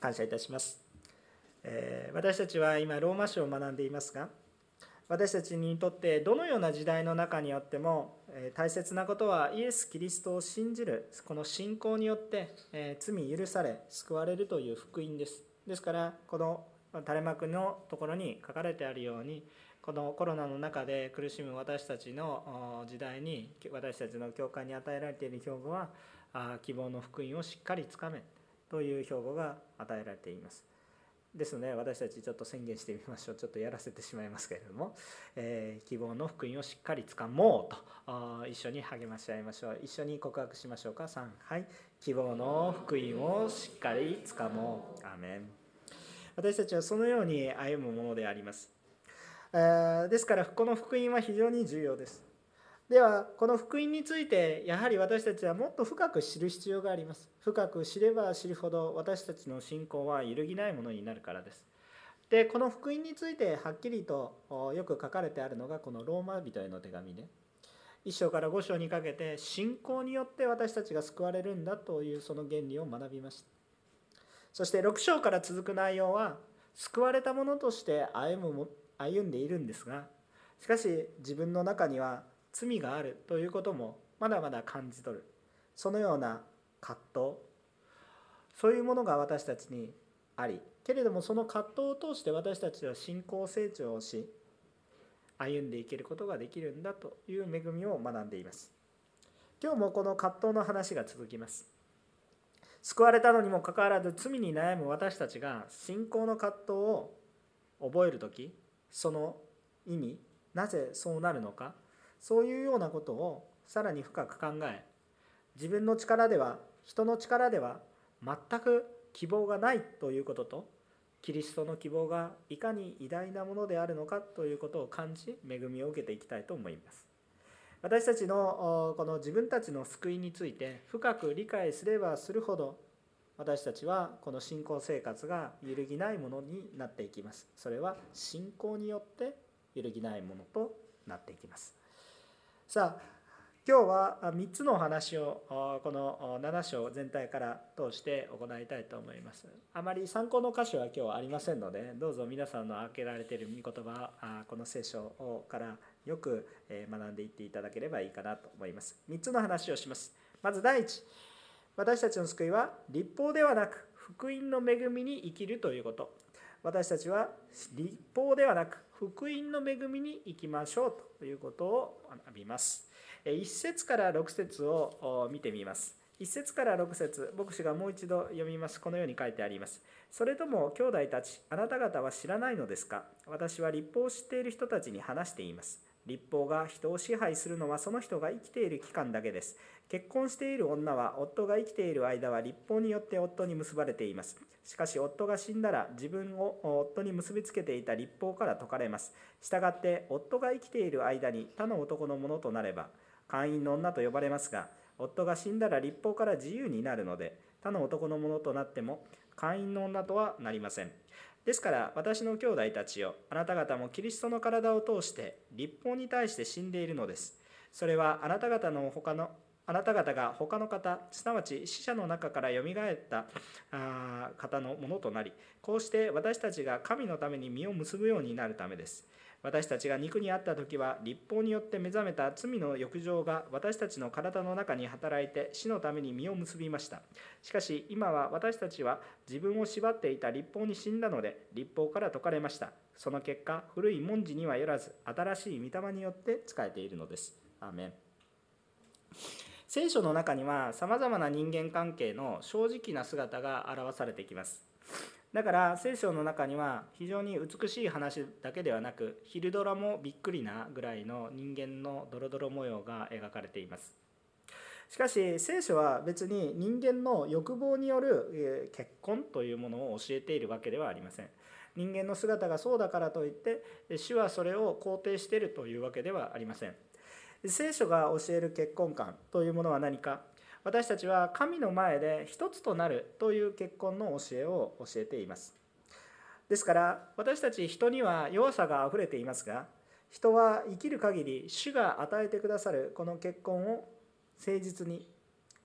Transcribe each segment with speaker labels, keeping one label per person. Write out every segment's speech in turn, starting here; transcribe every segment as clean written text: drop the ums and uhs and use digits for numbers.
Speaker 1: 感謝いたします。私たちは今ローマ書を学んでいますが、私たちにとってどのような時代の中にあっても大切なことはイエス・キリストを信じるこの信仰によって罪許され救われるという福音です。ですからこの垂れ幕のところに書かれてあるように、このコロナの中で苦しむ私たちの時代に私たちの教会に与えられている標語は、希望の福音をしっかりつかめという標語が与えられています。ですので私たちちょっと宣言してみましょう。ちょっとやらせてしまいますけれども、希望の福音をしっかりつかもうと一緒に励まし合いましょう。一緒に告白しましょうか。3、はい。希望の福音をしっかりつかもう。アーメン。私たちはそのように歩むものであります。ですからこの福音は非常に重要です。ではこの福音についてやはり私たちはもっと深く知る必要があります。深く知れば知るほど私たちの信仰は揺るぎないものになるからです。でこの福音についてはっきりとよく書かれてあるのがこのローマ人への手紙で、1章から5章にかけて信仰によって私たちが救われるんだというその原理を学びました。そして6章から続く内容は救われた者として歩んでいるんですが、しかし自分の中には罪があるということもまだまだ感じ取る、そのような葛藤、そういうものが私たちにあり、けれどもその葛藤を通して私たちは信仰成長をし歩んでいけることができるんだという恵みを学んでいます。今日もこの葛藤の話が続きます。救われたのにもかかわらず罪に悩む私たちが信仰の葛藤を覚えるとき、その意味、なぜそうなるのか、そういうようなことをさらに深く考え、自分の力では、人の力では全く希望がないということと、キリストの希望がいかに偉大なものであるのかということを感じ、恵みを受けていきたいと思います。私たちのこの自分たちの救いについて深く理解すればするほど、私たちはこの信仰生活が揺るぎないものになっていきます。それは信仰によって揺るぎないものとなっていきます。さあ、今日は3つのお話をこの7章全体から通して行いたいと思います。あまり参考の箇所は今日はありませんので、どうぞ皆さんの開けられている御言葉、この聖書からよく学んでいっていただければいいかなと思います。3つの話をします。まず第一、私たちの救いは律法ではなく福音の恵みに生きるということ。私たちは律法ではなく福音の恵みに生きましょうということを学びます。1節から6節を見てみます。1節から6節、牧師がもう一度読みます。このように書いてあります。それとも兄弟たち、あなた方は知らないのですか？私は律法を知っている人たちに話しています。律法が人を支配するのはその人が生きている期間だけです。結婚している女は夫が生きている間は律法によって夫に結ばれています。しかし夫が死んだら自分を夫に結びつけていた律法から解かれます。したがって夫が生きている間に他の男のものとなれば会員の女と呼ばれますが、夫が死んだら律法から自由になるので他の男のものとなっても会員の女とはなりません。ですから私の兄弟たちよ、あなた方もキリストの体を通して律法に対して死んでいるのです。それはあなた方が他の方、すなわち死者の中からよみがえった方のものとなり、こうして私たちが神のために実を結ぶようになるためです。私たちが肉にあった時は律法によって目覚めた罪の欲情が私たちの体の中に働いて死のために実を結びました。しかし今は私たちは自分を縛っていた律法に死んだので律法から解かれました。その結果、古い文字にはよらず新しい御霊によって仕えているのです。アーメン。聖書の中にはさまざまな人間関係の正直な姿が表されてきます。だから聖書の中には非常に美しい話だけではなく、昼ドラもびっくりなぐらいの人間のドロドロ模様が描かれています。しかし聖書は別に人間の欲望による結婚というものを教えているわけではありません。人間の姿がそうだからといって主はそれを肯定しているというわけではありません。聖書が教える結婚観というものは何か。私たちは神の前で一つとなるという結婚の教えを教えています。ですから私たち人には弱さがあふれていますが、人は生きる限り主が与えてくださるこの結婚を誠実に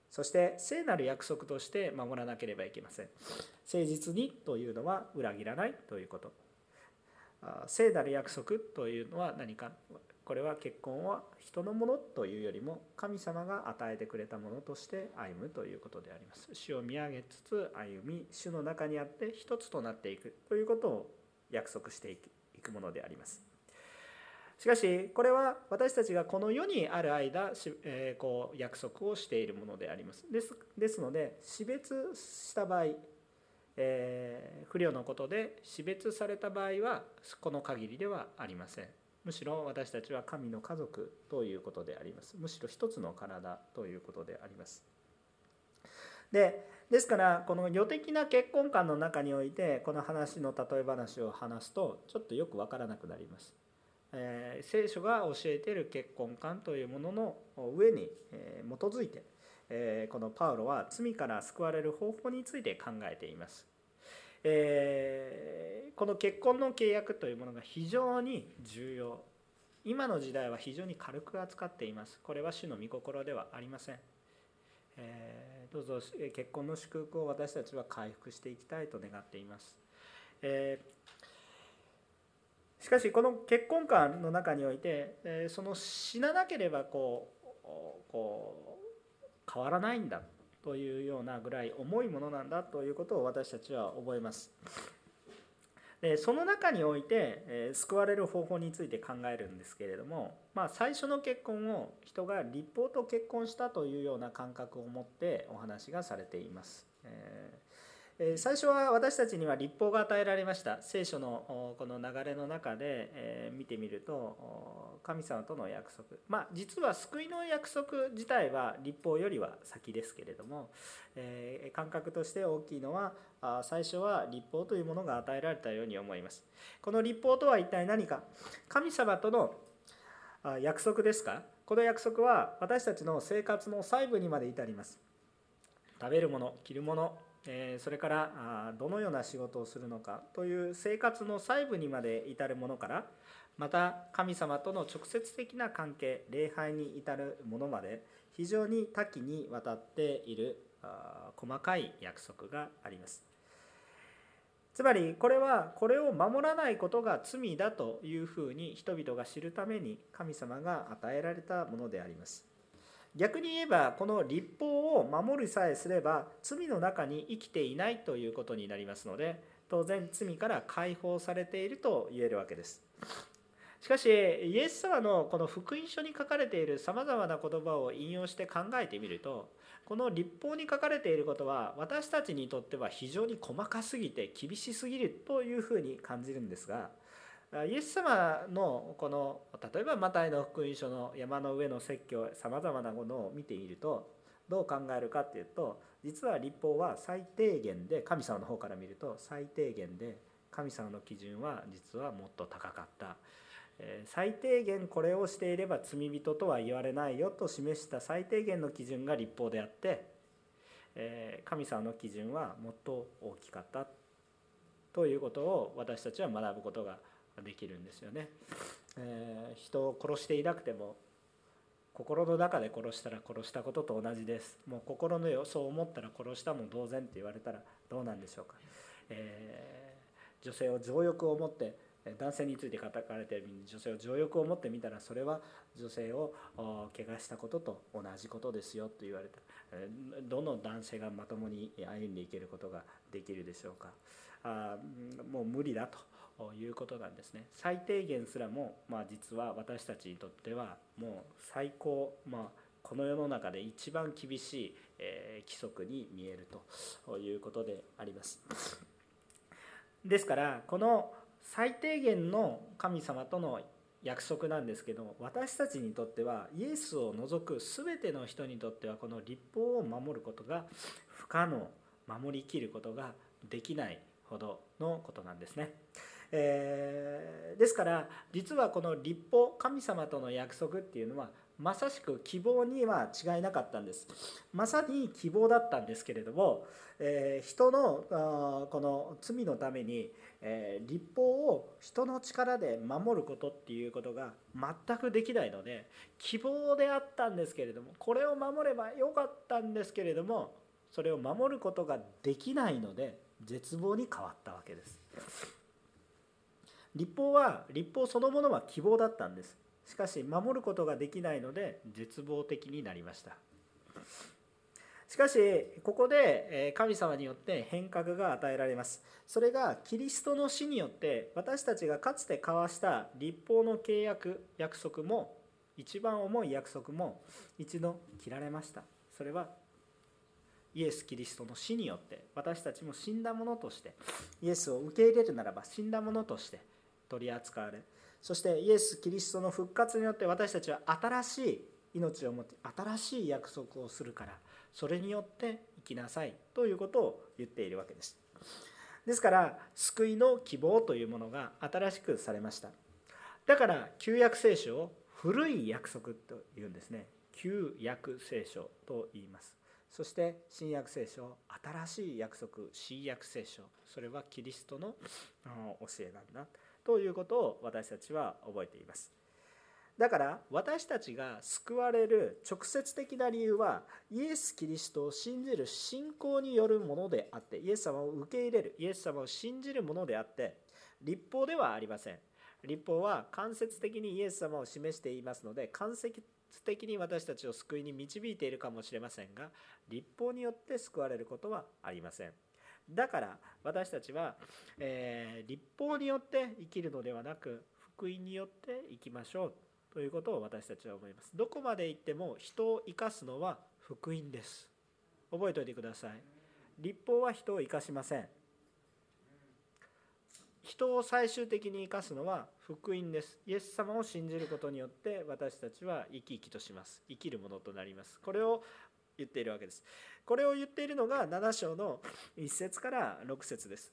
Speaker 1: そして聖なる約束として守らなければいけません。誠実にというのは裏切らないということ。聖なる約束というのは何か。これは結婚は人のものというよりも神様が与えてくれたものとして歩むということであります。主を見上げつつ歩み、主の中にあって一つとなっていくということを約束していくものであります。しかしこれは私たちがこの世にある間、約束をしているものであります。ですので死別した場合、不慮のことで死別された場合はこの限りではありません。むしろ私たちは神の家族ということであります。むしろ一つの体ということであります。ですからこの世的な結婚観の中においてこの話の例え話を話すとちょっとよく分からなくなります。聖書が教えている結婚観というものの上に基づいてこのパウロは罪から救われる方法について考えています。この結婚の契約というものが非常に重要。今の時代は非常に軽く扱っています。これは主の御心ではありません。どうぞ結婚の祝福を私たちは回復していきたいと願っています。しかしこの結婚観の中においてその死ななければ変わらないんだというようなぐらい重いものなんだということを私たちは覚えます。その中において救われる方法について考えるんですけれども、最初の結婚を人が立法と結婚したというような感覚を持ってお話がされています。最初は私たちには律法が与えられました。聖書のこの流れの中で見てみると神様との約束、実は救いの約束自体は律法よりは先ですけれども、感覚として大きいのは最初は律法というものが与えられたように思います。この律法とは一体何か。神様との約束ですか。この約束は私たちの生活の細部にまで至ります。食べるもの、着るもの、それからどのような仕事をするのかという生活の細部にまで至るものから、また神様との直接的な関係、礼拝に至るものまで非常に多岐にわたっている細かい約束があります。つまりこれはこれを守らないことが罪だというふうに人々が知るために神様が与えられたものであります。逆に言えばこの律法を守るさえすれば罪の中に生きていないということになりますので、当然罪から解放されていると言えるわけです。しかしイエス様のこの福音書に書かれているさまざまな言葉を引用して考えてみると、この律法に書かれていることは私たちにとっては非常に細かすぎて厳しすぎるというふうに感じるんですが、イエス様のこの例えばマタイの福音書の山の上の説教、さまざまなものを見ているとどう考えるかというと、実は律法は最低限で、神様の方から見ると最低限で、神様の基準は実はもっと高かった。最低限これをしていれば罪人とは言われないよと示した最低限の基準が律法であって、神様の基準はもっと大きかったということを私たちは学ぶことができるんですよね。人を殺していなくても心の中で殺したら殺したことと同じです。もう心のそう思ったら殺したも同然って言われたらどうなんでしょうか。女性を情欲を持って、男性について書かれているように女性を情欲を持ってみたらそれは女性を汚したことと同じことですよと言われた。どの男性がまともに歩んでいけることができるでしょうか。もう無理だということなんですね。最低限すらも、実は私たちにとってはもう最高、この世の中で一番厳しい、規則に見えるということであります。ですからこの最低限の神様との約束なんですけど、私たちにとってはイエスを除く全ての人にとってはこの律法を守ることが不可能、守りきることができないほどのことなんですね。ですから実はこの律法、神様との約束っていうのはまさしく希望には違いなかったんです。まさに希望だったんですけれども、人のこの罪のために、律法を人の力で守ることっていうことが全くできないので、希望であったんですけれども、これを守ればよかったんですけれども、それを守ることができないので絶望に変わったわけです。律法そのものは希望だったんです。しかし守ることができないので絶望的になりました。しかしここで神様によって変革が与えられます。それがキリストの死によって私たちがかつて交わした律法の契約、約束も、一番重い約束も一度切られました。それはイエス・キリストの死によって私たちも死んだものとして、イエスを受け入れるならば死んだものとして取り扱われ、そしてイエス・キリストの復活によって私たちは新しい命を持って新しい約束をするから、それによって生きなさいということを言っているわけです。ですから救いの希望というものが新しくされました。だから旧約聖書を古い約束というんですね。旧約聖書と言います。そして新約聖書、新しい約束、新約聖書、それはキリストの教えなんだということを私たちは覚えています。だから私たちが救われる直接的な理由は、イエス・キリストを信じる信仰によるものであって、イエス様を受け入れる、イエス様を信じるものであって、律法ではありません。律法は間接的にイエス様を示していますので、間接的に私たちを救いに導いているかもしれませんが、律法によって救われることはありません。だから私たちは、律法によって生きるのではなく、福音によって生きましょうということを私たちは思います。どこまで行っても人を生かすのは福音です。覚えておいてください。律法は人を生かしません。人を最終的に生かすのは福音です。イエス様を信じることによって私たちは生き生きとします。生きるものとなります。これを言っているわけです。これを言っているのが7章の1節から6節です。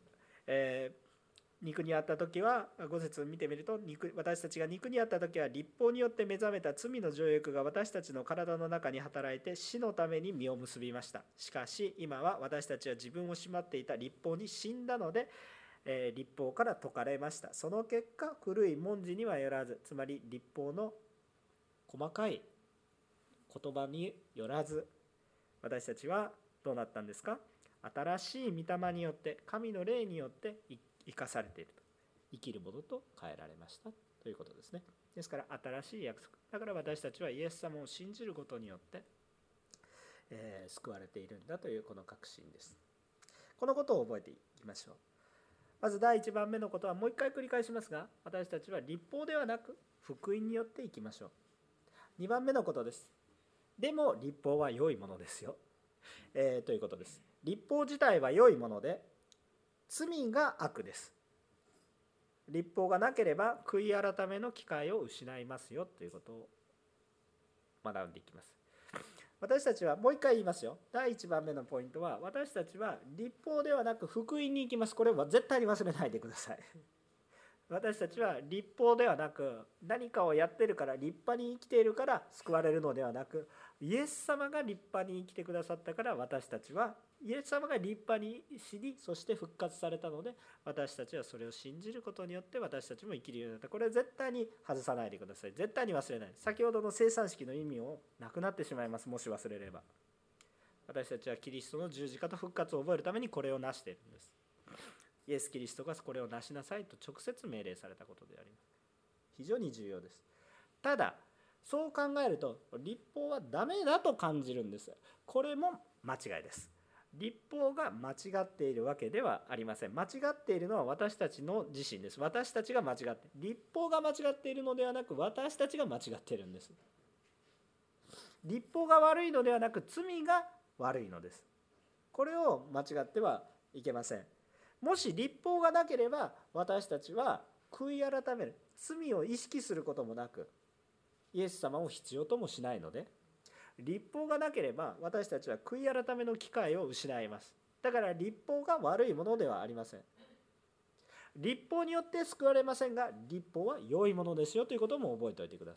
Speaker 1: 肉にあった時は、5節を見てみると、私たちが肉にあった時は律法によって目覚めた罪の情欲が私たちの体の中に働いて死のために実を結びました。しかし今は私たちは自分を縛っていた律法に死んだので、律法から解かれました。その結果、古い文字にはよらず、つまり律法の細かい言葉によらず、私たちはどうなったんですか？新しい御霊によって、神の霊によって生かされていると、生きるものと変えられましたということですね。ですから新しい約束だから、私たちはイエス様を信じることによって、救われているんだというこの確信です。このことを覚えていきましょう。まず第1番目のことは、もう一回繰り返しますが、私たちは律法ではなく福音によって生きましょう。2番目のことです。でも律法は良いものですよ、ということです。律法自体は良いもので、罪が悪です。律法がなければ悔い改めの機会を失いますよということを学んでいきます。私たちは、もう一回言いますよ。第1番目のポイントは、私たちは律法ではなく福音に行きます。これは絶対に忘れないでください。私たちは律法ではなく、何かをやってるから、立派に生きているから救われるのではなく、イエス様が立派に生きてくださったから、私たちはイエス様が立派に死に、そして復活されたので、私たちはそれを信じることによって私たちも生きるようになった。これは絶対に外さないでください。絶対に忘れない。先ほどの生産式の意味をなくなってしまいます。もし忘れれば。私たちはキリストの十字架と復活を覚えるためにこれを成しているんです。イエス・キリストがこれをなしなさいと直接命令されたことであります。非常に重要です。ただそう考えると、律法はダメだと感じるんです。これも間違いです。律法が間違っているわけではありません。間違っているのは私たちの自身です。私たちが間違って、律法が間違っているのではなく、私たちが間違っているんです。律法が悪いのではなく、罪が悪いのです。これを間違ってはいけません。もし律法がなければ、私たちは悔い改める、罪を意識することもなく、イエス様を必要ともしないので、律法がなければ私たちは悔い改めの機会を失います。だから律法が悪いものではありません。律法によって救われませんが、律法は良いものですよということも覚えておいてください。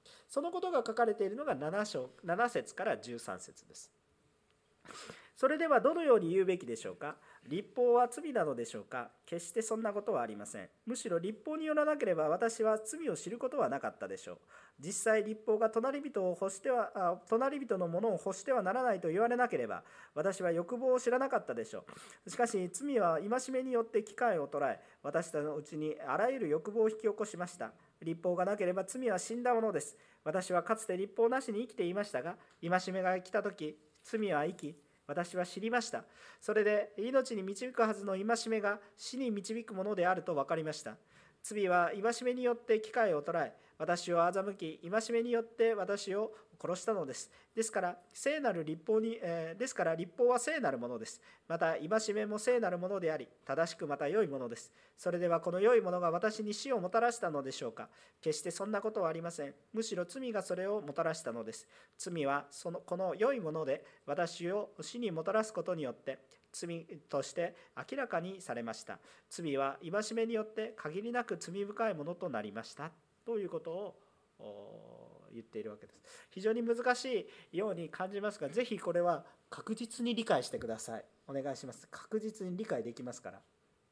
Speaker 1: そのことが書かれているのが7節から13節です。それではどのように言うべきでしょうか。律法は罪なのでしょうか。決してそんなことはありません。むしろ律法によらなければ私は罪を知ることはなかったでしょう。実際律法が隣人のものを欲してはならないと言われなければ私は欲望を知らなかったでしょう。しかし罪は戒めによって機会を捉え、私たちのうちにあらゆる欲望を引き起こしました。律法がなければ罪は死んだものです。私はかつて律法なしに生きていましたが、戒めが来たとき罪は生き、私は知りました。それで命に導くはずの戒めが死に導くものであると分かりました。罪は戒めによって機会を捉え、私を欺き、戒めによって私を殺したのです。ですから律法は聖なるものです。また戒めも聖なるものであり、正しくまた良いものです。それではこの良いものが私に死をもたらしたのでしょうか。決してそんなことはありません。むしろ罪がそれをもたらしたのです。罪はこの良いもので私を死にもたらすことによって罪として明らかにされました。罪は戒めによって限りなく罪深いものとなりましたということを言っているわけです。非常に難しいように感じますが、ぜひこれは確実に理解してください。お願いします。確実に理解できますから。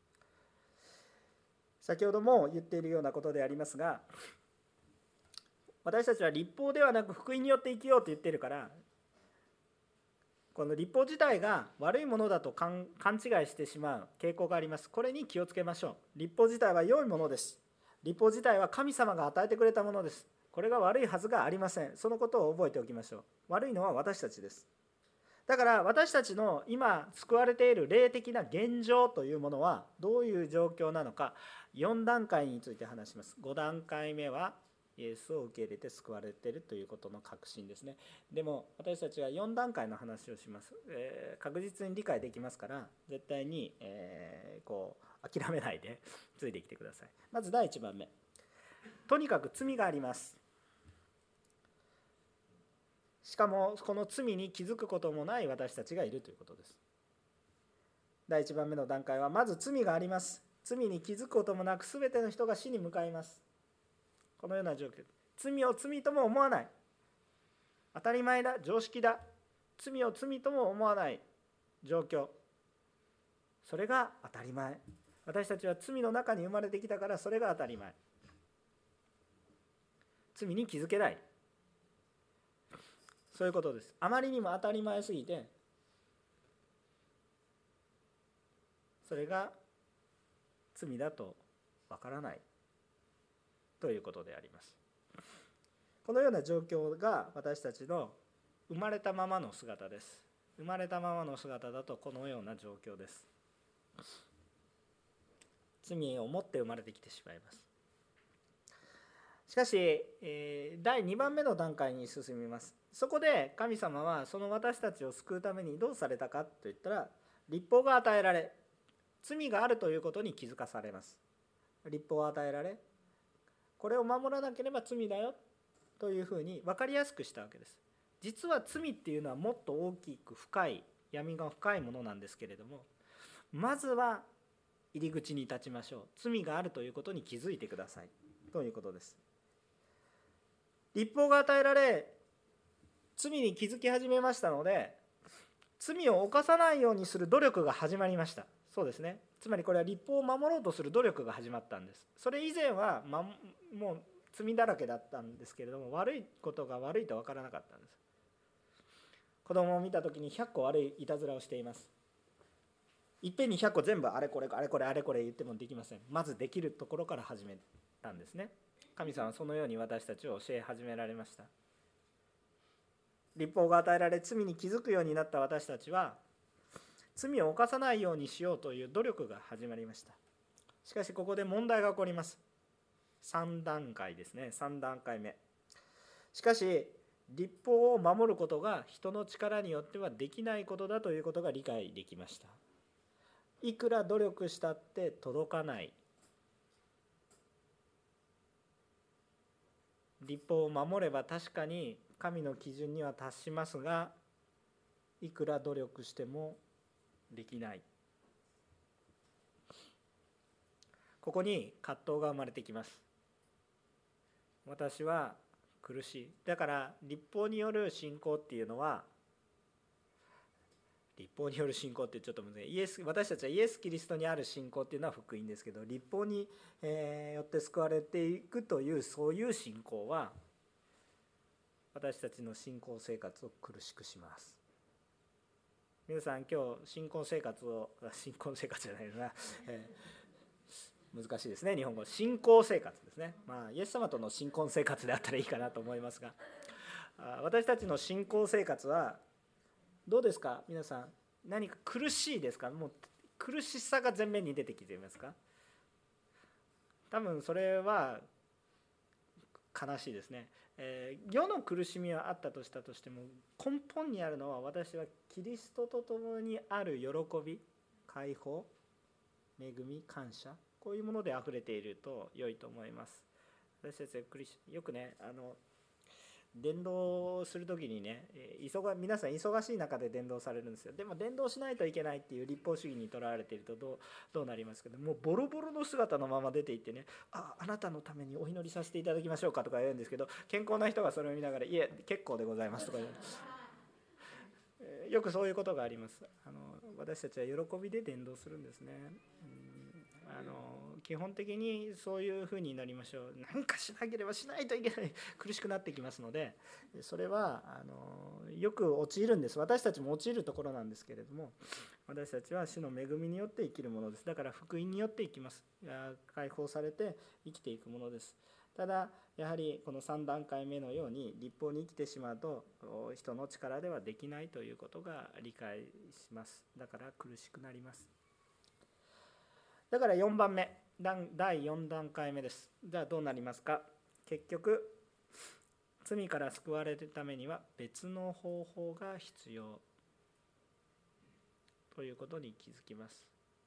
Speaker 1: 先ほども言っているようなことでありますが、私たちは律法ではなく福音によって生きようと言っているから、この律法自体が悪いものだと勘違いしてしまう傾向があります。これに気をつけましょう。律法自体は良いものです。律法自体は神様が与えてくれたものです。これが悪いはずがありません。そのことを覚えておきましょう。悪いのは私たちです。だから私たちの今救われている霊的な現状というものはどういう状況なのか、4段階について話します。5段階目はイエスを受け入れて救われているということの確信ですね。でも私たちは4段階の話をします。確実に理解できますから絶対に、諦めないでついてきてください。まず第1番目、とにかく罪があります。しかもこの罪に気づくこともない私たちがいるということです。第1番目の段階はまず罪があります。罪に気づくこともなく全ての人が死に向かいます。このような状況、罪を罪とも思わない、当たり前だ、常識だ、罪を罪とも思わない状況、それが当たり前。私たちは罪の中に生まれてきたからそれが当たり前。罪に気づけない、そういうことです。あまりにも当たり前すぎてそれが罪だとわからないということであります。このような状況が私たちの生まれたままの姿です。生まれたままの姿だとこのような状況です。罪を持って生まれてきてしまいます。しかし、第2番目の段階に進みます。そこで神様はその私たちを救うためにどうされたかといったら、律法が与えられ、罪があるということに気づかされます。律法を与えられ、これを守らなければ罪だよというふうに分かりやすくしたわけです。実は罪っていうのはもっと大きく深い、闇が深いものなんですけれども、まずは入り口に立ちましょう。罪があるということに気づいてくださいということです。律法が与えられ、罪に気づき始めましたので、罪を犯さないようにする努力が始まりました。そうですね。つまりこれは律法を守ろうとする努力が始まったんです。それ以前は、もう罪だらけだったんですけれども、悪いことが悪いと分からなかったんです。子供を見た時に100個悪いいたずらをしています。いっぺんに100個全部あれこれあれこれあれこれ言ってもできません。まずできるところから始めたんですね。神様はそのように私たちを教え始められました。律法が与えられ、罪に気づくようになった私たちは、罪を犯さないようにしようという努力が始まりました。しかしここで問題が起こります。3段階ですね。3段階目。しかし律法を守ることが人の力によってはできないことだということが理解できました。いくら努力したって届かない。律法を守れば確かに神の基準には達しますが、いくら努力してもできない。ここに葛藤が生まれてきます。私は苦しい。だから律法による信仰っていうのは、律法による信仰ってちょっと難しい。私たちはイエス・キリストにある信仰っていうのは福音ですけど、律法によって救われていくというそういう信仰は私たちの信仰生活を苦しくします。皆さん今日信仰生活じゃないな、難しいですね日本語。信仰生活ですね。イエス様との信仰生活であったらいいかなと思いますが、私たちの信仰生活はどうですか皆さん。何か苦しいですか？もう苦しさが前面に出てきていますか？多分それは悲しいですね。世の苦しみはあったとしたとしても、根本にあるのは私はキリストと共にある喜び、解放、恵み、感謝、こういうものであふれていると良いと思います。私たちはよくね、伝道するときにね、皆さん忙しい中で伝道されるんですよ。でも伝道しないといけないっていう立法主義にとらわれているとどうなりますけど、もうボロボロの姿のまま出ていってね、あなたのためにお祈りさせていただきましょうかとか言うんですけど、健康な人がそれを見ながら、いえ結構でございますとか言う。よくそういうことがあります。私たちは喜びで伝道するんですね。基本的にそういうふうになりましょう。何かしなければしないといけない、苦しくなってきますので、それはよく陥るんです。私たちも陥るところなんですけれども、私たちは主の恵みによって生きるものです。だから福音によって生きます。解放されて生きていくものです。ただやはりこの3段階目のように律法に生きてしまうと人の力ではできないということが理解します。だから苦しくなります。だから4番目、第4段階目です。じゃあどうなりますか？結局罪から救われるためには別の方法が必要ということに気づきます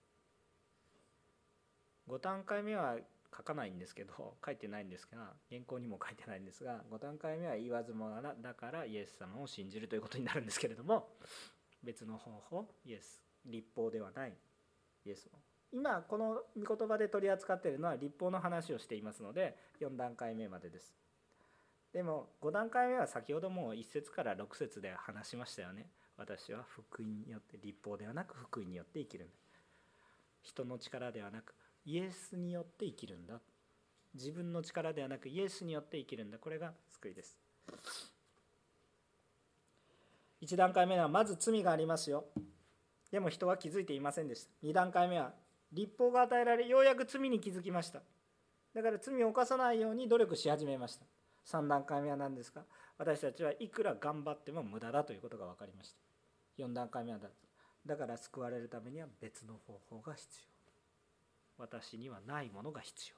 Speaker 1: 。5段階目は書かないんですけど、書いてないんですが、原稿にも書いてないんですが、5段階目は言わずもがなだからイエス様を信じるということになるんですけれども、別の方法、イエス、律法ではないイエスを、今この御言葉で取り扱っているのは律法の話をしていますので4段階目までです。でも5段階目は先ほども1節から6節で話しましたよね。私は福音によって、律法ではなく福音によって生きるんだ。人の力ではなくイエスによって生きるんだ。自分の力ではなくイエスによって生きるんだ。これが救いです。1段階目はまず罪がありますよ。でも人は気づいていませんでした。2段階目は律法が与えられ、ようやく罪に気づきました。だから罪を犯さないように努力し始めました。3段階目は何ですか？私たちはいくら頑張っても無駄だということが分かりました。4段階目はだから救われるためには別の方法が必要。私にはないものが必要。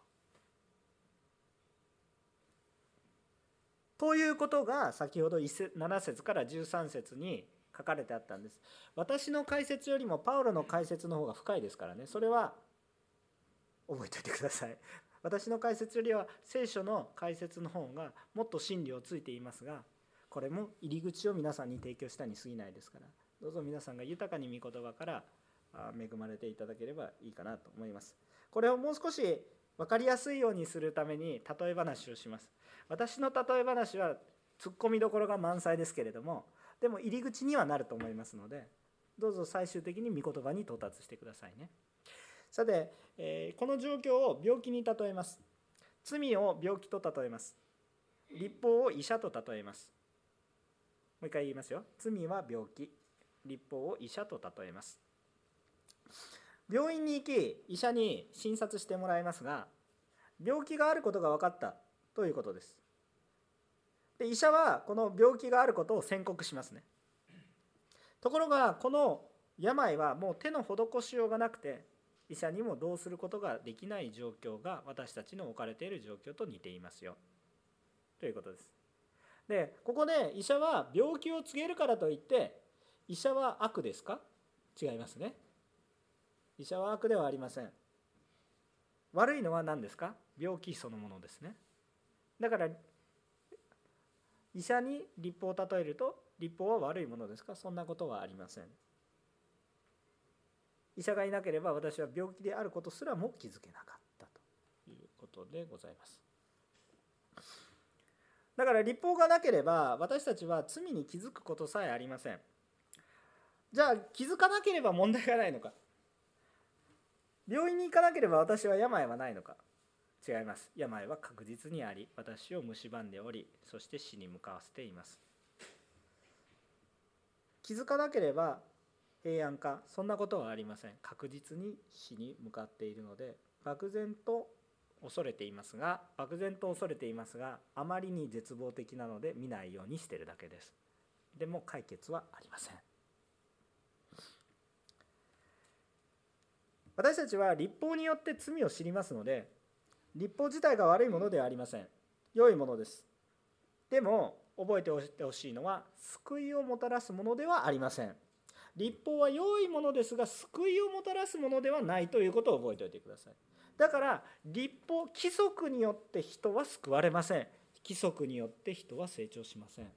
Speaker 1: ということが先ほど7節から13節に書かれてあったんです。私の解説よりもパウロの解説の方が深いですからね。それは覚えておいてください。私の解説よりは聖書の解説の方がもっと真理をついていますが、これも入り口を皆さんに提供したに過ぎないですから、どうぞ皆さんが豊かに御言葉から恵まれていただければいいかなと思います。これをもう少し分かりやすいようにするために例え話をします。私の例え話はツッコミどころが満載ですけれども、でも入り口にはなると思いますので、どうぞ最終的に御言葉に到達してくださいね。さて、この状況を病気に例えます。罪を病気と例えます。律法を医者と例えます。もう一回言いますよ。罪は病気、律法を医者と例えます。病院に行き医者に診察してもらいますが、病気があることが分かったということです。で、医者はこの病気があることを宣告しますね。ところがこの病はもう手の施しようがなくて、医者にもどうすることができない状況が私たちの置かれている状況と似ていますよということです。で、ここで医者は病気を告げるからといって医者は悪ですか？違いますね。医者は悪ではありません。悪いのは何ですか？病気そのものですね。だから医者に律法を例えると、律法は悪いものですか？そんなことはありません。医者がいなければ私は病気であることすらも気づけなかったということでございます。 だから律法がなければ私たちは罪に気づくことさえありません。じゃあ気づかなければ問題がないのか。病院に行かなければ私は病はないのか。違います。病は確実にあり、私を蝕んでおり、そして死に向かわせています。気づかなければ平安か、そんなことはありません。確実に死に向かっているので、漠然と恐れていますが、あまりに絶望的なので見ないようにしているだけです。でも解決はありません。私たちは律法によって罪を知りますので、律法自体が悪いものではありません。良いものです。でも覚えておいてほしいのは、救いをもたらすものではありません。律法は良いものですが、救いをもたらすものではないということを覚えておいてください。だから律法、規則によって人は救われません。規則によって人は成長しません。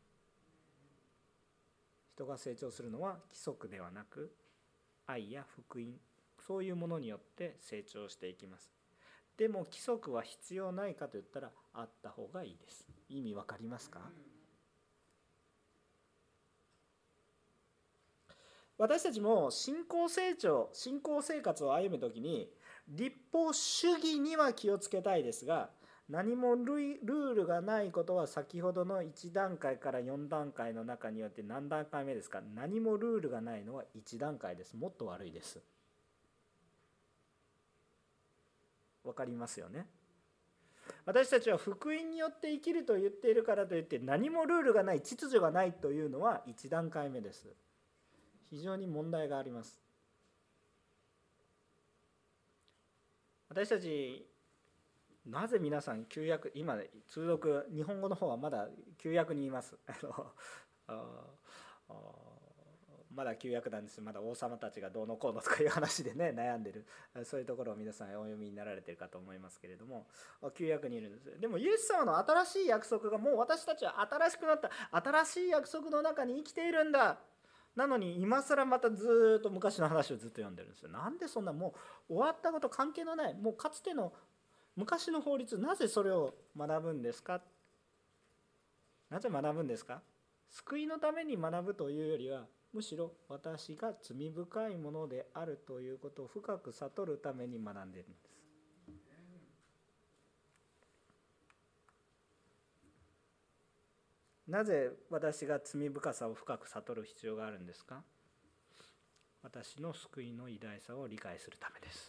Speaker 1: 人が成長するのは規則ではなく、愛や福音、そういうものによって成長していきます。でも規則は必要ないかといったら、あった方がいいです。意味わかりますか？私たちも信仰成長、信仰生活を歩むときに、律法主義には気をつけたいですが、何もルールがないことは、先ほどの1段階から4段階の中によって何段階目ですか？何もルールがないのは1段階です。もっと悪いです。わかりますよね。私たちは福音によって生きると言っているからといって、何もルールがない、秩序がないというのは1段階目です。非常に問題があります。私たち、なぜ皆さん旧約、今通読、日本語の方はまだ旧約にいます。まだ旧約なんです。まだ王様たちがどうのこうのとかいう話でね、悩んでる、そういうところを皆さんお読みになられているかと思いますけれども、旧約にいるんです。でもイエス様の新しい約束が、もう私たちは新しくなった新しい約束の中に生きているんだ。なのに今更またずっと昔の話をずっと読んでるんですよ。なんでそんな、もう終わったこと関係のない、もうかつての昔の法律、なぜそれを学ぶんですか？なぜ学ぶんですか？救いのために学ぶというよりは、むしろ私が罪深いものであるということを深く悟るために学んでいるんです。なぜ私が罪深さを深く悟る必要があるんですか？私の救いの偉大さを理解するためです。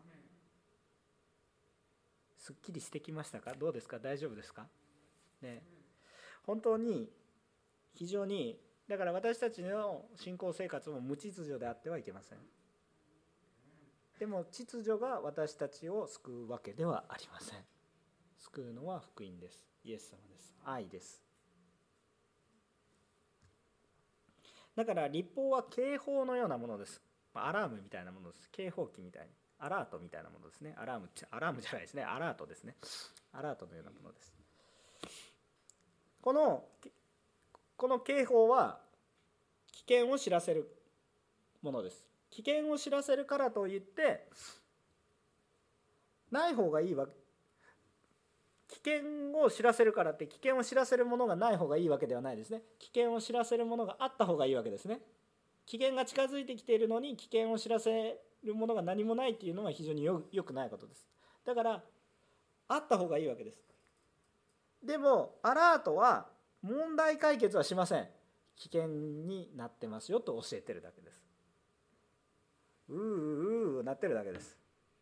Speaker 1: すっきりしてきましたか？どうですか？大丈夫ですかね。本当に非常に、だから私たちの信仰生活も無秩序であってはいけません。でも秩序が私たちを救うわけではありません。救うのは福音です。イエス様です。愛です。だから律法は警報のようなものです。アラームみたいなものです。警報器みたいに、アラートみたいなものですね。アラームじゃないですね。アラートですね。アラートのようなものです。この警報は危険を知らせるものです。危険を知らせるからといってない方がいいわけ。危険を知らせるからって危険を知らせるものがない方がいいわけではないですね。危険を知らせるものがあった方がいいわけですね。危険が近づいてきているのに危険を知らせるものが何もないっていうのは非常に良くないことです。だからあった方がいいわけです。でもアラートは問題解決はしません。危険になってますよと教えてるだけです。なってるだけです。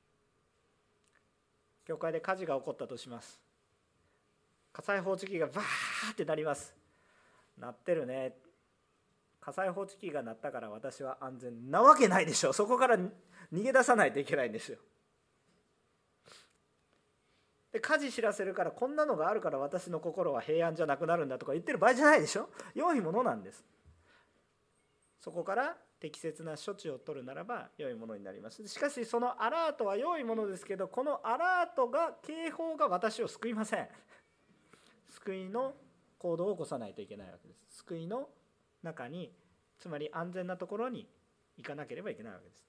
Speaker 1: 教会で火事が起こったとします。火災報知器がバーって鳴ります。鳴ってるね。火災報知器が鳴ったから私は安全なわけないでしょう。そこから逃げ出さないといけないんですよ。で火事知らせるから、こんなのがあるから私の心は平安じゃなくなるんだとか言ってる場合じゃないでしょ。良いものなんです。そこから適切な処置を取るならば良いものになります。しかしそのアラートは良いものですけど、このアラートが、警報が私を救いません。救いの行動を起こさないといけないわけです。救いの中に、つまり安全なところに行かなければいけないわけです。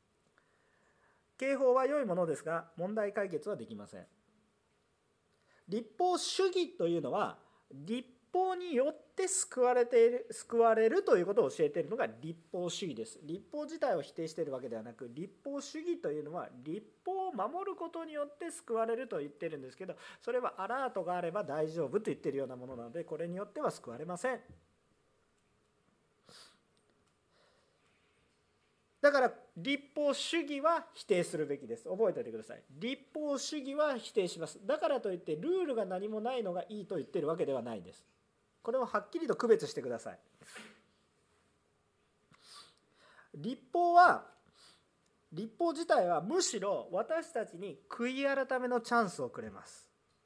Speaker 1: 警報は良いものですが問題解決はできません。 立法主義というのは立法によって救われるということを教えているのが立法主義です。立法自体を否定しているわけではなく、立法主義というのは立法を守ることによって救われると言ってるんですけど、それはアラートがあれば大丈夫と言っているようなものなので、これによっては救われません。だから立法主義は否定するべきです。覚えておいてください。立法主義は否定します。だからといってルールが何もないのがいいと言っているわけではないです。これをはっきりと区別してください。立法自体はむしろ私たちに悔い改めのチャンスをくれます。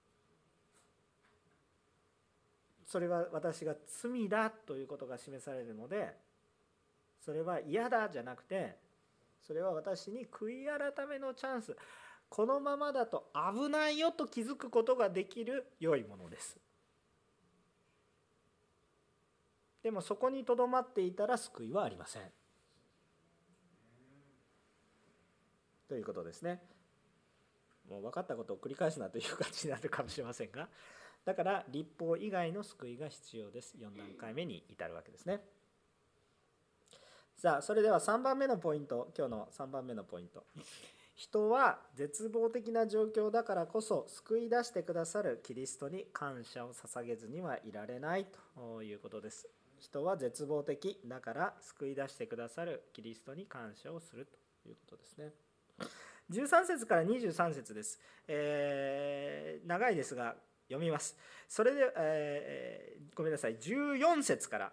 Speaker 1: それは私が罪だということが示されるので、それは嫌だじゃなくて、それは私に悔い改めのチャンス、このままだと危ないよと気づくことができる良いものです。でもそこにとどまっていたら救いはありませんということですね。もう分かったことを繰り返すなという感じになるかもしれませんが、だから立法以外の救いが必要です。4段階目に至るわけですね。さあ、それでは3番目のポイント、今日の3番目のポイント。人は絶望的な状況だからこそ救い出してくださるキリストに感謝を捧げずにはいられないということです。人は絶望的だから救い出してくださるキリストに感謝をするということですね。13節から23節です。長いですが読みます。それで、ごめんなさい、14節から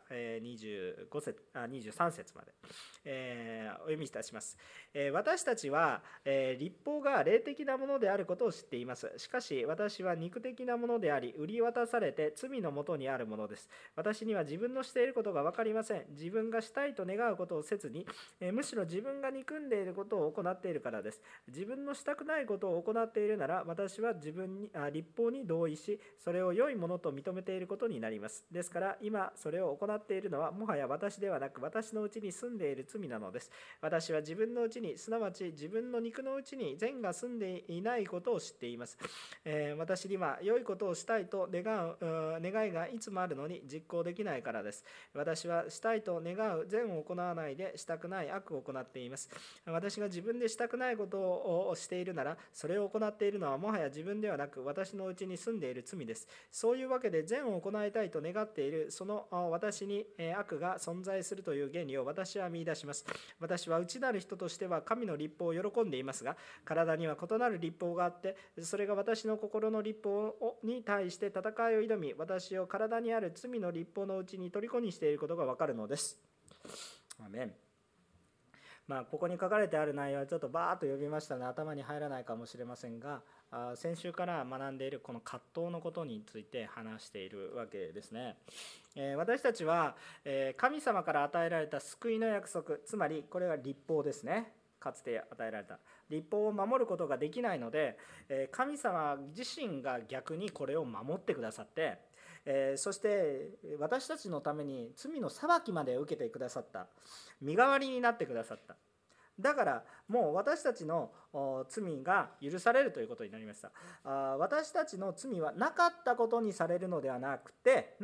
Speaker 1: 23節まで、お読みいたします。私たちは、立法が霊的なものであることを知っています。しかし私は肉的なものであり、売り渡されて罪のもとにあるものです。私には自分のしていることが分かりません。自分がしたいと願うことをせずに、むしろ自分が憎んでいることを行っているからです。自分のしたくないことを行っているなら、私は立法に同意し、それを良いものと認めていることになります。ですから今それを行っているのはもはや私ではなく、私のうちに住んでいる罪なのです。私は自分のうちに、すなわち自分の肉のうちに善が住んでいないことを知っています。私には良いことをしたいと願いがいつもあるのに実行できないからです。私はしたいと願う善を行わないでしたくない悪を行っています。私が自分でしたくないことをしているなら、それを行っているのはもはや自分ではなく、私のうちに住んでいる罪です。そういうわけで善を行いたいと願っているその私に悪が存在するという原理を私は見出します。私は内なる人としては神の律法を喜んでいますが、体には異なる律法があって、それが私の心の律法に対して戦いを挑み、私を体にある罪の律法のうちに虜にしていることがわかるのです。アメン。ここに書かれてある内容はちょっとバーッと読みましたので頭に入らないかもしれませんが、先週から学んでいるこの葛藤のことについて話しているわけですね。私たちは神様から与えられた救いの約束、つまりこれは律法ですね。かつて与えられた律法を守ることができないので、神様自身が逆にこれを守ってくださって、そして私たちのために罪の裁きまで受けてくださった、身代わりになってくださった。だからもう私たちの罪が許されるということになりました。私たちの罪はなかったことにされるのではなくて、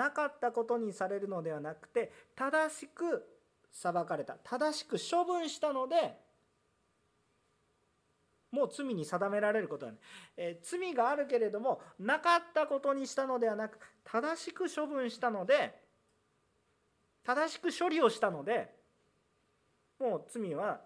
Speaker 1: 正しく裁かれた、正しく処分したので、もう罪に定められることはない。罪があるけれどもなかったことにしたのではなく、正しく処分したので、正しく処理をしたので、もう罪は、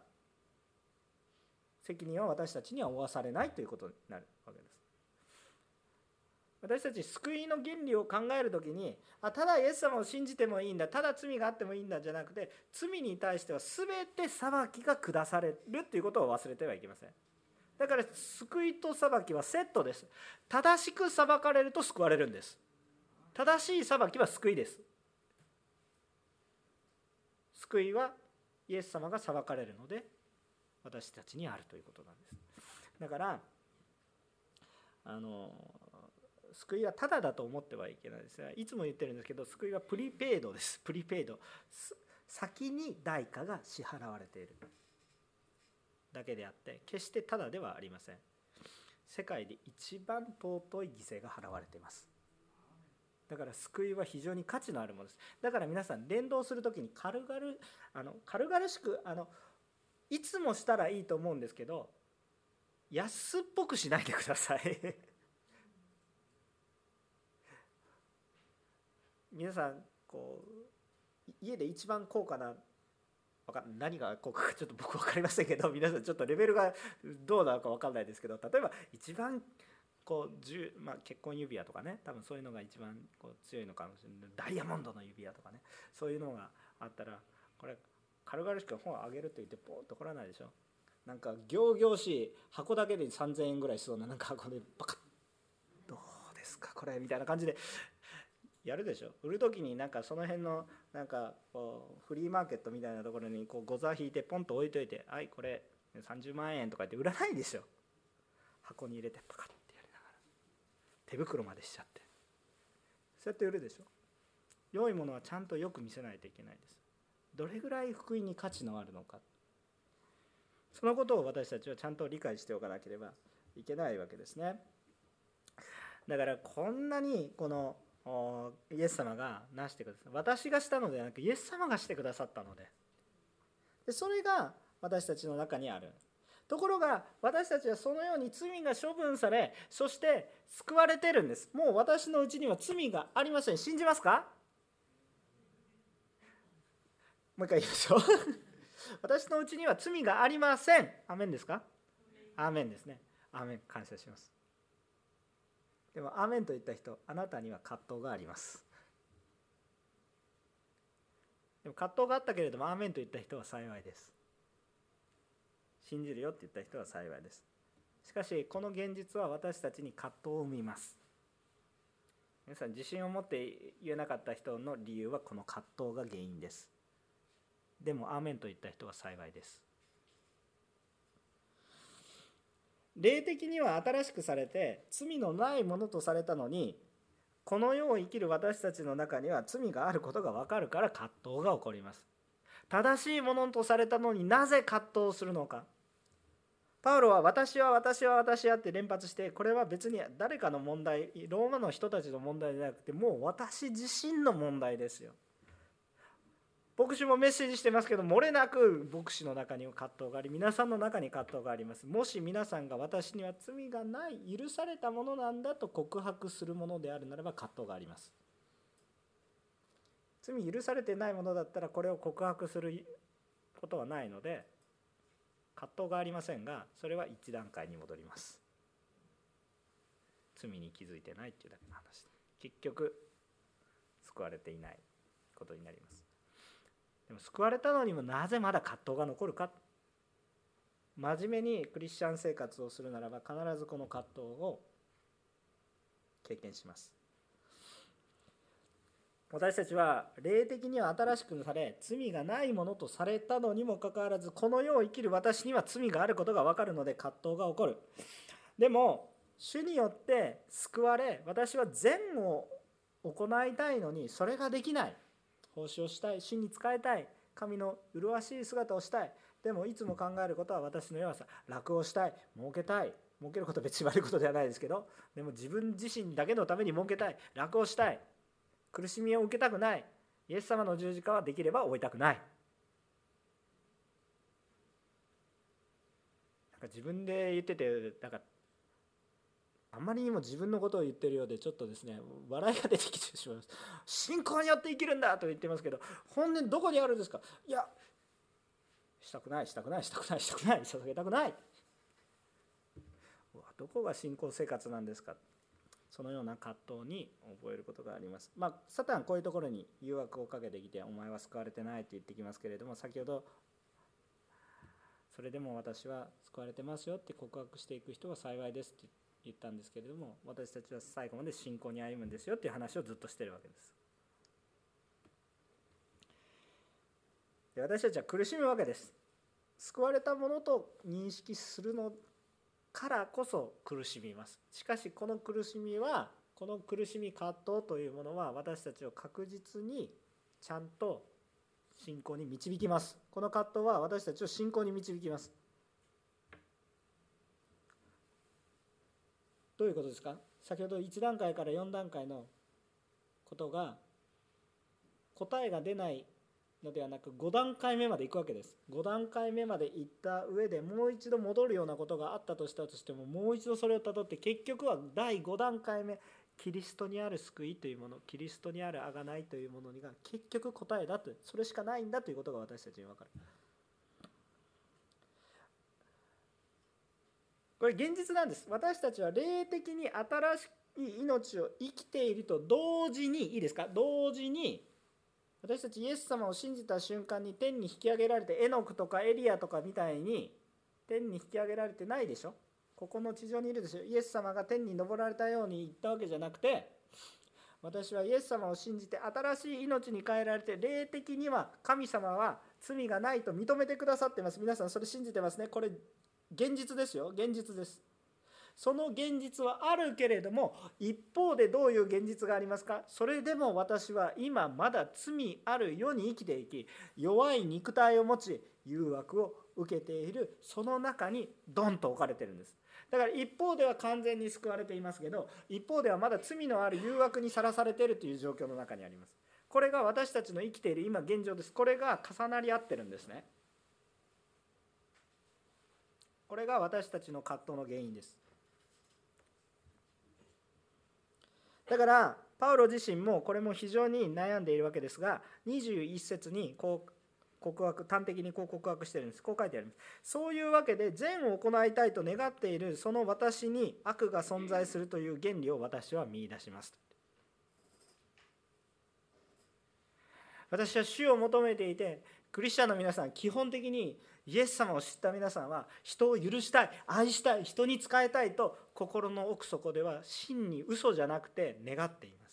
Speaker 1: 責任は私たちには負わされないということになるわけです。私たち救いの原理を考えるときに、ただイエス様を信じてもいいんだ、ただ罪があってもいいんだじゃなくて、罪に対しては全て裁きが下されるということを忘れてはいけません。だから救いと裁きはセットです。正しく裁かれると救われるんです。正しい裁きは救いです。救いはイエス様が裁かれるので私たちにあるということなんです。だから救いはただだと思ってはいけないですが、いつも言ってるんですけど、救いはプリペイドです。プリペイド、先に代価が支払われているだけであって、決してただではありません。 世界で一番尊い犠牲が払われています。だから救いは非常に価値のあるものです。だから皆さん伝道するときに軽々しくいつもしたらいいと思うんですけど、安っぽくしないでください皆さん家で一番高価な、何が高価かちょっと僕分かりませんけど、皆さんちょっとレベルがどうなのか分かんないですけど、例えば一番結婚指輪とかね、多分そういうのが一番強いのかもしれない。ダイヤモンドの指輪とかね、そういうのがあったら、これ軽々しく本をあげると言ってポンと来らないでしょ。なんか仰々しい箱だけで3000円ぐらいしそうな、なんか箱でバカッ、どうですかこれみたいな感じでやるでしょ。売る時になんかその辺のなんかフリーマーケットみたいなところにゴザ引いてポンと置いといて、はいこれ30万円とか言って売らないでしょ。箱に入れてパカッてやりながら手袋までしちゃって、そうやって売るでしょ。良いものはちゃんとよく見せないといけないです。どれぐらい福音に価値のあるのか、そのことを私たちはちゃんと理解しておかなければいけないわけですね。だからこんなにこのイエス様がなしてください。私がしたのではなくイエス様がしてくださったので、それが私たちの中にある。ところが私たちはそのように罪が処分され、そして救われているんです。もう私のうちには罪がありません。信じますか？もう一回言いましょう私のうちには罪がありません。アーメンですか？アーメンですね。アーメン、感謝します。でもアーメンと言った人、あなたには葛藤があります。でも葛藤があったけれどもアーメンと言った人は幸いです。信じるよって言った人は幸いです。しかしこの現実は私たちに葛藤を生みます。皆さん自信を持って言えなかった人の理由はこの葛藤が原因です。でもアーメンと言った人は幸いです。霊的には新しくされて罪のないものとされたのに、この世を生きる私たちの中には罪があることが分かるから葛藤が起こります。正しいものとされたのになぜ葛藤するのか。パウロは私はって連発して、これは別に誰かの問題、ローマの人たちの問題じゃなくて、もう私自身の問題ですよ。牧師もメッセージしてますけど、漏れなく牧師の中には葛藤があり、皆さんの中に葛藤があります。もし皆さんが私には罪がない、許されたものなんだと告白するものであるならば葛藤があります。罪許されてないものだったらこれを告白することはないので葛藤がありませんが、それは一段階に戻ります。罪に気づいてないっていうだけの話。結局救われていないことになります。でも救われたのにもなぜまだ葛藤が残るか。真面目にクリスチャン生活をするならば必ずこの葛藤を経験します。私たちは霊的には新しくされ、罪がないものとされたのにもかかわらず、この世を生きる私には罪があることが分かるので葛藤が起こる。でも主によって救われ、私は善を行いたいのにそれができない。奉仕をしたい、主に仕えたい、神の麗しい姿をしたい。でもいつも考えることは私の弱さ。楽をしたい、儲けたい。儲けることは別に悪いことではないですけど、でも自分自身だけのために儲けたい、楽をしたい、苦しみを受けたくない。イエス様の十字架はできれば負いたくない。なんか自分で言ってて、なんかあまりにも自分のことを言ってるようでちょっとですね、笑いが出てきてしまいます。信仰によって生きるんだと言ってますけど、本音どこにあるんですか。いや、したくない、捧げたくない。どこが信仰生活なんですか。そのような葛藤に覚えることがあります。サタンこういうところに誘惑をかけてきて、お前は救われてないと言ってきますけれども、先ほどそれでも私は救われてますよって告白していく人は幸いですって言ったんですけれども、私たちは最後まで信仰に歩むんですよっていう話をずっとしているわけです。で、私たちは苦しむわけです。救われたものと認識するのからこそ苦しみます。しかしこの苦しみ、葛藤というものは私たちを確実にちゃんと信仰に導きます。この葛藤は私たちを信仰に導きます。 どういうことですか？先ほど1段階から4段階のことが答えが出ないのではなく5段階目まで行くわけです。5段階目まで行った上でもう一度戻るようなことがあったとしたとしても、もう一度それをたどって結局は第5段階目、キリストにある救いというもの、キリストにある贖いというものが結局答えだと、それしかないんだということが私たちに分かる。これ現実なんです。私たちは霊的に新しい命を生きていると同時に、いいですか、同時に私たちイエス様を信じた瞬間に天に引き上げられて、エノクとかエリアとかみたいに天に引き上げられてないでしょ。ここの地上にいるでしょ。イエス様が天に昇られたように言ったわけじゃなくて、私はイエス様を信じて新しい命に変えられて、霊的には神様は罪がないと認めてくださっています。皆さんそれ信じてますね。これ現実ですよ。現実です。その現実はあるけれども、一方でどういう現実がありますか？それでも私は今まだ罪ある世に生きていき、弱い肉体を持ち誘惑を受けている、その中にドンと置かれているんです。だから一方では完全に救われていますけど、一方ではまだ罪のある誘惑にさらされているという状況の中にあります。これが私たちの生きている今現状です。これが重なり合ってるんですね。これが私たちの葛藤の原因です。だからパウロ自身もこれも非常に悩んでいるわけですが、21節にこう告白、端的にこう告白しているんです。こう書いてあります。そういうわけで善を行いたいと願っているその私に悪が存在するという原理を私は見出します。私は主を求めていて、クリスチャンの皆さん、基本的にイエス様を知った皆さんは人を許したい、愛したい、人に仕えたいと心の奥底では真に嘘じゃなくて願っています。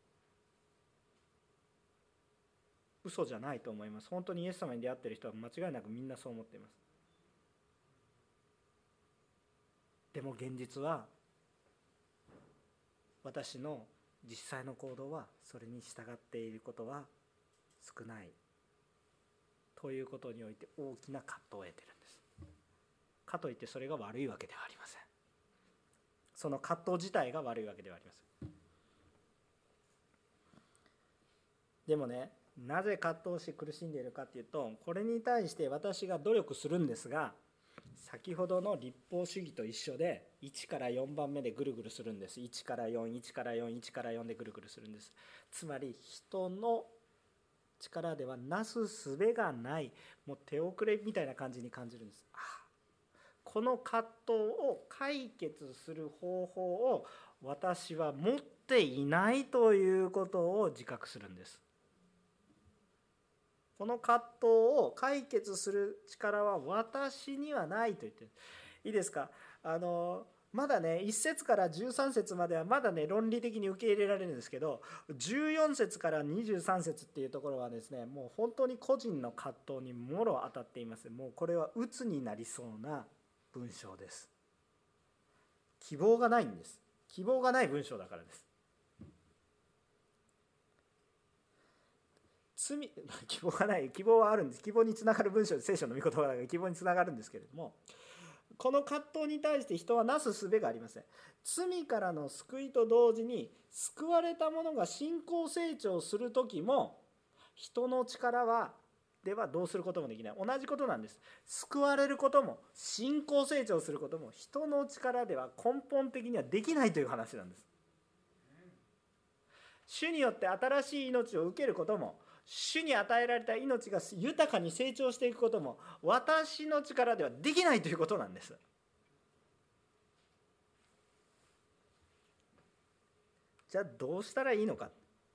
Speaker 1: 嘘じゃないと思います。本当にイエス様に出会っている人は間違いなくみんなそう思っています。でも現実は、私の実際の行動はそれに従っていることは少ないということにおいて大きな葛藤を得ているんです。かといってそれが悪いわけではありません。その葛藤自体が悪いわけではありません。でもね、なぜ葛藤し苦しんでいるかというと、これに対して私が努力するんですが、先ほどの立法主義と一緒で1から4番目でぐるぐるするんです。1から4、1から4、1から4でぐるぐるするんです。つまり人の力ではなすすべがない、もう手遅れみたいな感じに感じるんです。この葛藤を解決する方法を私は持っていないということを自覚するんです。この葛藤を解決する力は私にはないと言ってる。いいですか？まだね、1節から13節まではまだね、論理的に受け入れられるんですけど、14節から23節っていうところはですね、もう本当に個人の葛藤にもろ当たっています。もうこれは鬱になりそうな文章です。希望がないんです。希望がない文章だからです。希望がない、希望はあるんです。希望につながる文章で聖書の御言葉だから希望につながるんですけれども、この葛藤に対して人はなすすべがありません。罪からの救いと同時に救われた者が信仰成長する時も人の力ではどうすることもできない。同じことなんです。救われることも信仰成長することも人の力では根本的にはできないという話なんです。主によって新しい命を受けることも、主に与えられた命が豊かに成長していくことも私の力ではできないということなんです。じゃあどうしたらいいのか。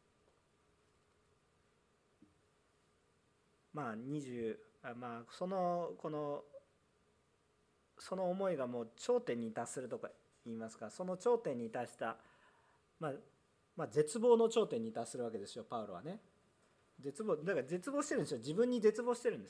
Speaker 1: その思いがもう頂点に達するとか言いますか、その頂点に達した、絶望の頂点に達するわけですよ、パウロはね。だから絶望してるんですよ。自分に絶望してるんです。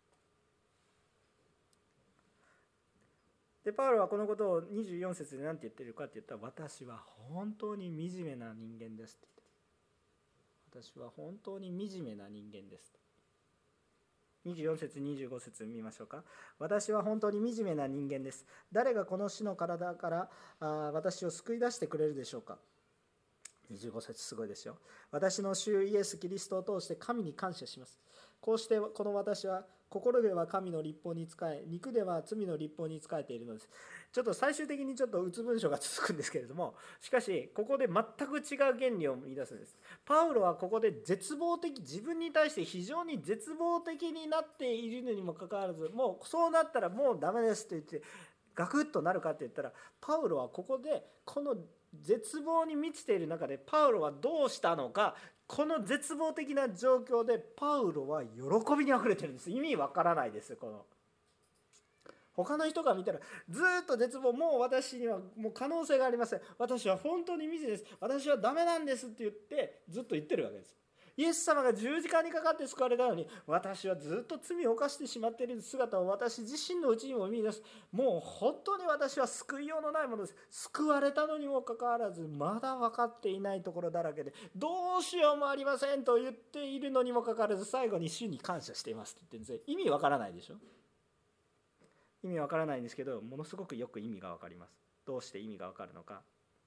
Speaker 1: でパウロはこのことを24節で何て言ってるかって言ったら、私は本当に惨めな人間ですって言ってる。私は本当に惨めな人間です。 24節25節見ましょうか。私は本当に惨めな人間です。誰がこの死の体から私を救い出してくれるでしょうか。25節すごいですよ。私の主イエス・キリストを通して神に感謝します。こうしてこの私は心では神の律法に仕え、肉では罪の律法に仕えているのです。ちょっと最終的にちょっとうつ文章が続くんですけれども、しかしここで全く違う原理を見出すんです。パウロはここで絶望的、自分に対して非常に絶望的になっているのにもかかわらず、もうそうなったらもうダメですと言ってガクッとなるかって言ったら、パウロはここでこの絶望に満ちている中でパウロはどうしたのか。この絶望的な状況でパウロは喜びにあふれてるんです。意味わからないです。他の人が見たらずっと絶望、もう私にはもう可能性がありません、私は本当に惨めです、私はダメなんですって言ってずっと言ってるわけです。イエス様が十字架にかかって救われたのに、私はずっと罪を犯してしまっている姿を私自身のうちにも見出す。もう本当に私は救いようのないものです。救われたのにもかかわらずまだ分かっていないところだらけで、どうしようもありませんと言っているのにもかかわらず、最後に主に感謝していますって言ってるんです。意味わからないでしょ。意味わからないんですけど、ものすごくよく意味がわかります。どうして意味がわかるのか。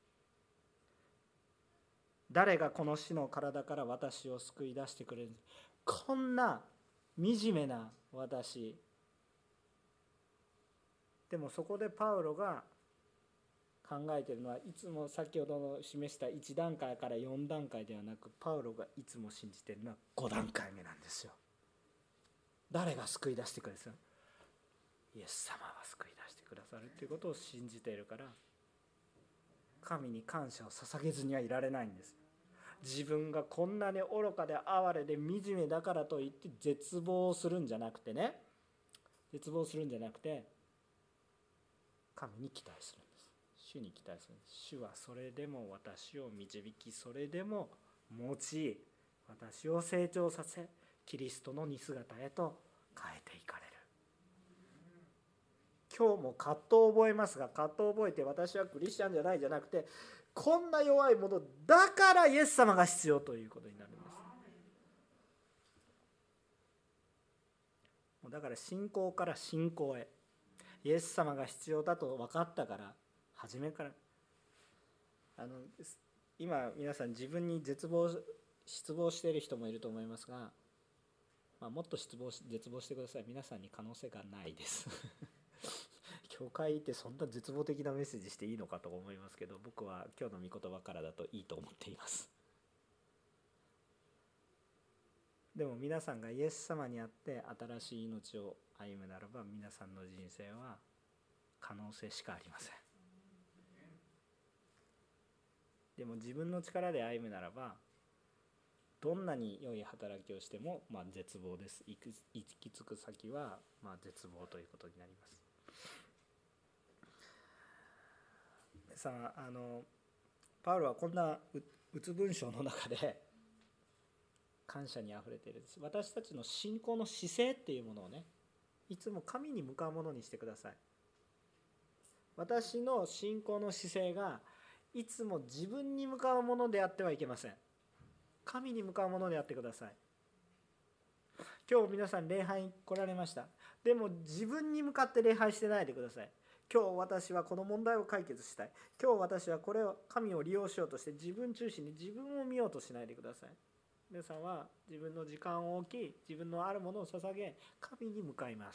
Speaker 1: 誰がこの死の体から私を救い出してくれる。こんな惨めな私でも、そこでパウロが考えているのは、いつも先ほどの示した1段階から4段階ではなく、パウロがいつも信じているのは5段階目なんですよ。誰が救い出してくれる。イエス様は救い出してくださるということを信じているから、神に感謝を捧げずにはいられないんです。自分がこんなに愚かで哀れで惨めだからといって絶望するんじゃなくてね、絶望するんじゃなくて、神に期待するんです。主に期待するんです。主はそれでも私を導き、それでも用い、私を成長させ、キリストの似姿へと変えていかれる。今日も葛藤を覚えますが、葛藤を覚えて私はクリスチャンじゃないじゃなくて、こんな弱いものだからイエス様が必要ということになるんです。だから信仰から信仰へ、イエス様が必要だと分かったから、初めから今皆さん自分に失望している人もいると思いますが、もっと絶望してください。皆さんに可能性がないです教会ってそんな絶望的なメッセージしていいのかと思いますけど、僕は今日の御言葉からだといいと思っています。でも皆さんがイエス様にあって新しい命を歩むならば、皆さんの人生は可能性しかありません。でも自分の力で歩むならば、どんなに良い働きをしても絶望です。行き着く先は絶望ということになります。さあ、パウロはこんなうつ文章の中で感謝にあふれているんです。私たちの信仰の姿勢っていうものをね、いつも神に向かうものにしてください。私の信仰の姿勢がいつも自分に向かうものであってはいけません。神に向かうものであってください。今日皆さん礼拝に来られました。でも自分に向かって礼拝してないでください。今日私はこの問題を解決したい、今日私はこれを神を利用しようとして自分中心に自分を見ようとしないでください。皆さんは自分の時間を置き、自分のあるものを捧げ、神に向かいます。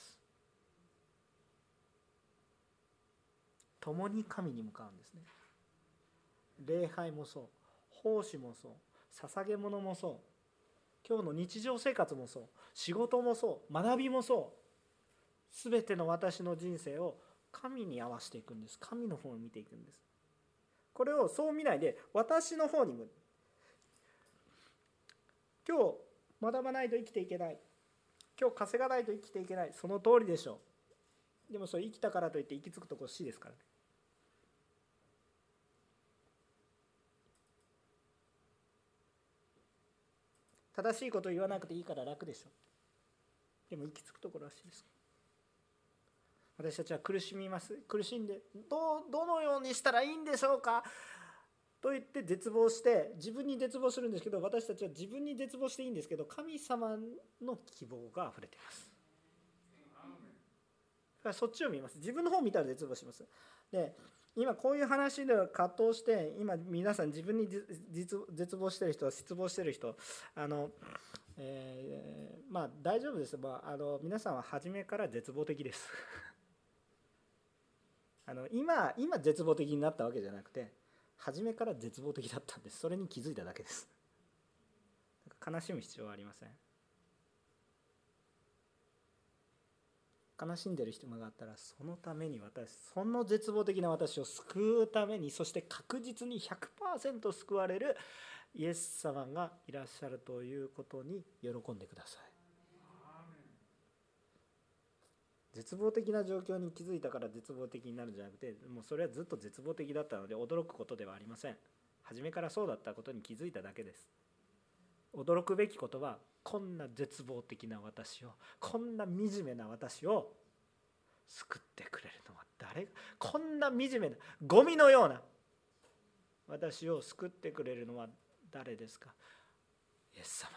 Speaker 1: 共に神に向かうんですね。礼拝もそう、奉仕もそう、捧げ物もそう、今日の日常生活もそう、仕事もそう、学びもそう、すべての私の人生を神に合わせていくんです。神の方を見ていくんです。これをそう見ないで私の方に向く。今日学ばないと生きていけない、今日稼がないと生きていけない、その通りでしょう。でもそれ生きたからといって行き着くところ死ですからね。正しいことを言わなくていいから楽でしょう。でも行き着くところは死です。私たちは苦しみます。苦しんでどのようにしたらいいんでしょうかと言って絶望して、自分に絶望するんですけど、私たちは自分に絶望していいんですけど、神様の希望があふれています。 からそっちを見ます。自分の方を見たら絶望します。で今こういう話で葛藤して、今皆さん自分に絶望してる人、失望してる人、まあ大丈夫です。皆さんは初めから絶望的です今絶望的になったわけじゃなくて、初めから絶望的だったんです。それに気づいただけです。悲しむ必要はありません。悲しんでる人があったら、そのためにその絶望的な私を救うために、そして確実に 100% 救われるイエス様がいらっしゃるということに喜んでください。絶望的な状況に気づいたから絶望的になるんじゃなくて、もうそれはずっと絶望的だったので驚くことではありません。初めからそうだったことに気づいただけです。驚くべきことは、こんな絶望的な私を、こんな惨めな私を救ってくれるのは誰？こんな惨めなゴミのような私を救ってくれるのは誰ですか？イエス様。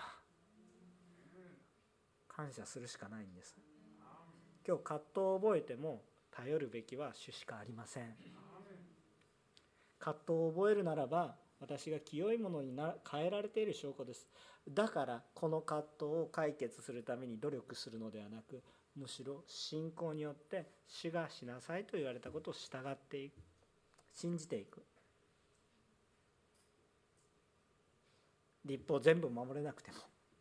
Speaker 1: 感謝するしかないんです。今日葛藤を覚えても頼るべきは主しかありません。葛藤を覚えるならば、私が清いものに変えられている証拠です。だからこの葛藤を解決するために努力するのではなく、むしろ信仰によって主がしなさいと言われたことを従っていく、信じていく。律法全部守れなくても、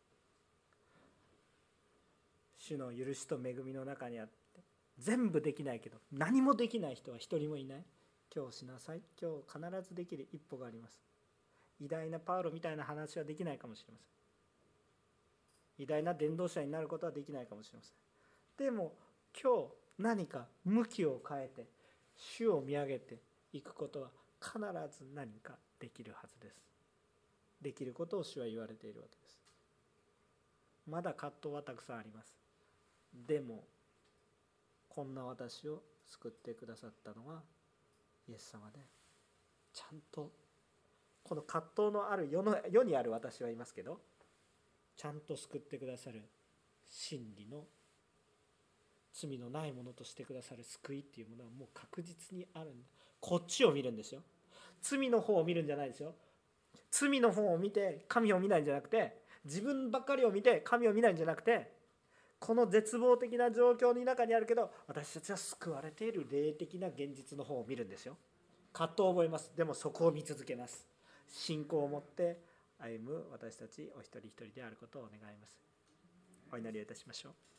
Speaker 1: 主の許しと恵みの中にあって、全部できないけど何もできない人は一人もいない。今日しなさい。今日必ずできる一歩があります。偉大なパウロみたいな話はできないかもしれません。偉大な伝道者になることはできないかもしれません。でも今日何か向きを変えて主を見上げていくことは必ず何かできるはずです。できることを主は言われているわけです。まだ葛藤はたくさんあります。でもこんな私を救ってくださったのはイエス様で、ちゃんとこの葛藤のある世にある私はいますけど、ちゃんと救ってくださる真理の罪のないものとしてくださる救いっていうものはもう確実にあるんだ。こっちを見るんですよ。罪の方を見るんじゃないですよ。罪の方を見て神を見ないんじゃなくて、自分ばっかりを見て神を見ないんじゃなくて、この絶望的な状況の中にあるけど私たちは救われている霊的な現実の方を見るんですよ。葛藤を覚えます。でもそこを見続けます。信仰を持って歩む私たちお一人一人であることを願います。お祈りをいたしましょう。